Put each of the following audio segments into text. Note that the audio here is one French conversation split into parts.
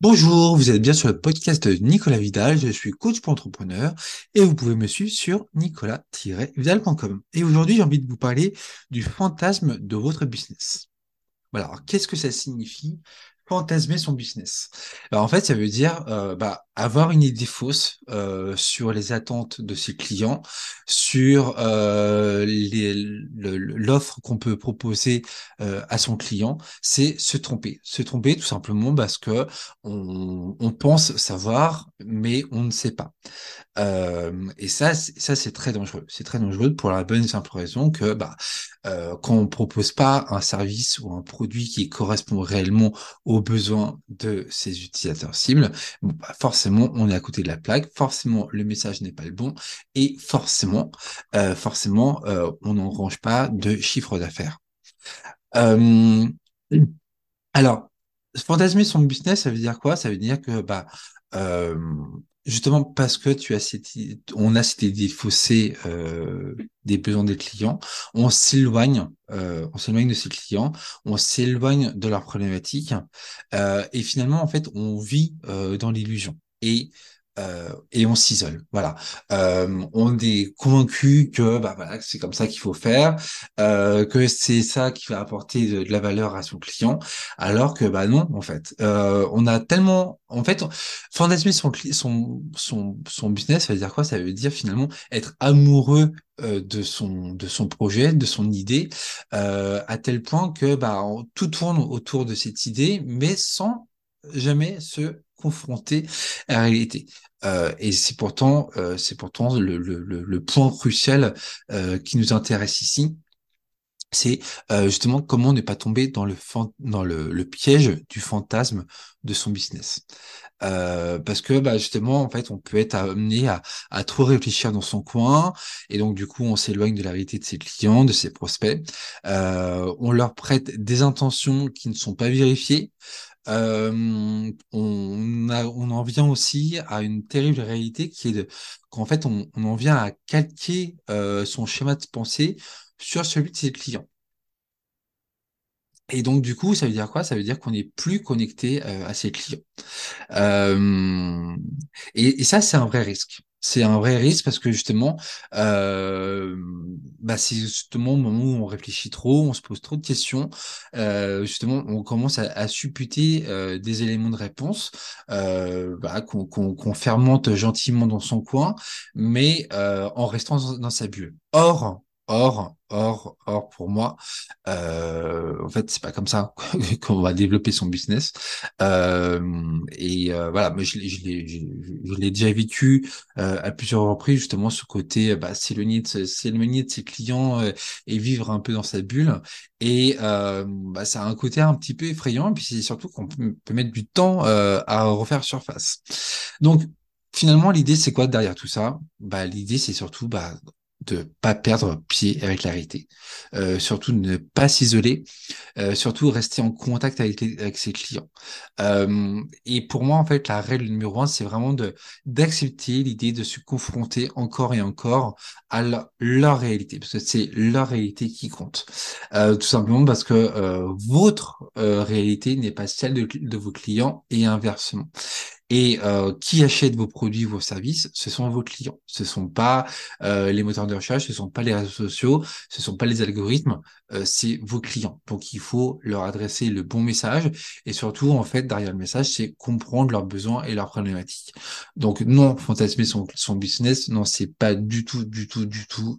Bonjour, vous êtes bien sur le podcast de Nicolas Vidal, je suis coach pour entrepreneur et vous pouvez me suivre sur nicolas-vidal.com. Et aujourd'hui, j'ai envie de vous parler du fantasme de votre business. Voilà, alors qu'est-ce que ça signifie fantasmer son business? Alors en fait, ça veut dire avoir une idée fausse sur les attentes de ses clients, sur l'offre qu'on peut proposer à son client, c'est se tromper. Se tromper tout simplement parce que on pense savoir, mais on ne sait pas. Et ça, c'est très dangereux. C'est très dangereux pour la bonne et simple raison que quand on propose pas un service ou un produit qui correspond réellement aux besoins de ses utilisateurs cibles, bon, forcément, on est à côté de la plaque. Forcément, le message n'est pas le bon et forcément, on n'engrange pas de chiffre d'affaires. Euh, alors, fantasmer son business, ça veut dire quoi? Ça veut dire que euh, justement parce que on a cette idée faussée des besoins des clients, on s'éloigne de ses clients, on s'éloigne de leurs problématiques, et finalement en fait on vit dans l'illusion. Et on s'isole. Voilà. On est convaincu que voilà, que c'est comme ça qu'il faut faire, que c'est ça qui va apporter de la valeur à son client. Alors que non, en fait, on a tellement, en fait, fantasmer son business, ça veut dire quoi? Ça veut dire finalement être amoureux de son projet, de son idée, à tel point que tout tourne autour de cette idée, mais sans jamais se confronter à la réalité. Et c'est pourtant le point crucial qui nous intéresse ici, c'est justement comment ne pas tomber dans le piège du fantasme de son business. Parce que justement, en fait, on peut être amené à trop réfléchir dans son coin, et donc du coup, on s'éloigne de la réalité de ses clients, de ses prospects. On leur prête des intentions qui ne sont pas vérifiées. On en vient aussi à une terrible réalité qui est qu'en fait, on en vient à calquer son schéma de pensée sur celui de ses clients. Et donc, du coup, ça veut dire quoi? Ça veut dire qu'on n'est plus connecté à ses clients. Euh, et ça, c'est un vrai risque. C'est un vrai risque parce que justement, euh, c'est justement au moment où on réfléchit trop, on se pose trop de questions. Justement, on commence à supputer des éléments de réponse qu'on fermente gentiment dans son coin, mais en restant dans sa bulle. Or, pour moi, en fait, c'est pas comme ça qu'on va développer son business. Voilà, mais je l'ai déjà vécu à plusieurs reprises, justement, ce côté s'éloigner de ses clients et vivre un peu dans sa bulle. Et ça a un côté un petit peu effrayant, et puis c'est surtout qu'on peut mettre du temps à refaire surface. Donc, finalement, l'idée, c'est quoi derrière tout ça? L'idée, c'est surtout de pas perdre pied avec la réalité. Surtout de ne pas s'isoler, surtout rester en contact avec ses clients. Et pour moi, en fait, la règle numéro un, c'est vraiment d'accepter l'idée de se confronter encore et encore à leur réalité, parce que c'est leur réalité qui compte. Tout simplement parce que votre réalité n'est pas celle de vos clients et inversement. Et qui achète vos produits, vos services, ce sont vos clients. Ce sont pas les moteurs de recherche, ce sont pas les réseaux sociaux, ce sont pas les algorithmes, c'est vos clients. Donc il faut leur adresser le bon message et surtout en fait derrière le message, c'est comprendre leurs besoins et leurs problématiques. Donc non, fantasmer son business, non, c'est pas du tout, du tout, du tout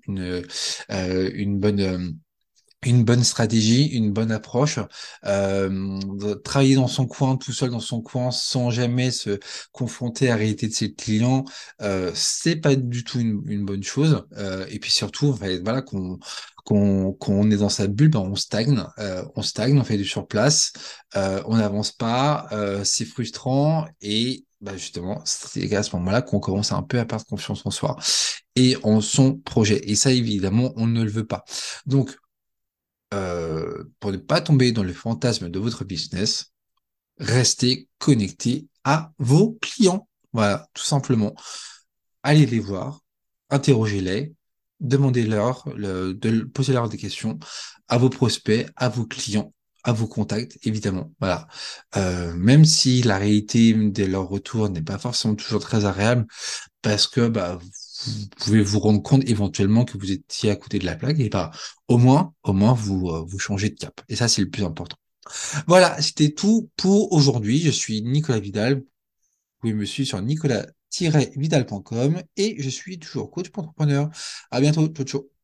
une bonne stratégie, une bonne approche. Travailler dans son coin, tout seul dans son coin, sans jamais se confronter à la réalité de ses clients, c'est pas du tout une bonne chose. Et puis surtout, en fait, voilà, qu'on est dans sa bulle, on stagne, on fait du surplace, on n'avance pas, c'est frustrant et justement, c'est à ce moment-là qu'on commence un peu à perdre confiance en soi et en son projet. Et ça, évidemment, on ne le veut pas. Donc, pour ne pas tomber dans le fantasme de votre business, restez connecté à vos clients. Voilà, tout simplement. Allez les voir, interrogez-les, demandez-leur, posez-leur des questions à vos prospects, à vos clients. à vos contacts, évidemment. Voilà. Même si la réalité de leur retour n'est pas forcément toujours très agréable, parce que bah, vous pouvez vous rendre compte éventuellement que vous étiez à côté de la plaque, et bah, au moins vous, vous changez de cap. Et ça, c'est le plus important. Voilà, c'était tout pour aujourd'hui. Je suis Nicolas Vidal. Vous pouvez me suivre sur nicolas-vidal.com et je suis toujours coach pour entrepreneur. À bientôt. Ciao, ciao.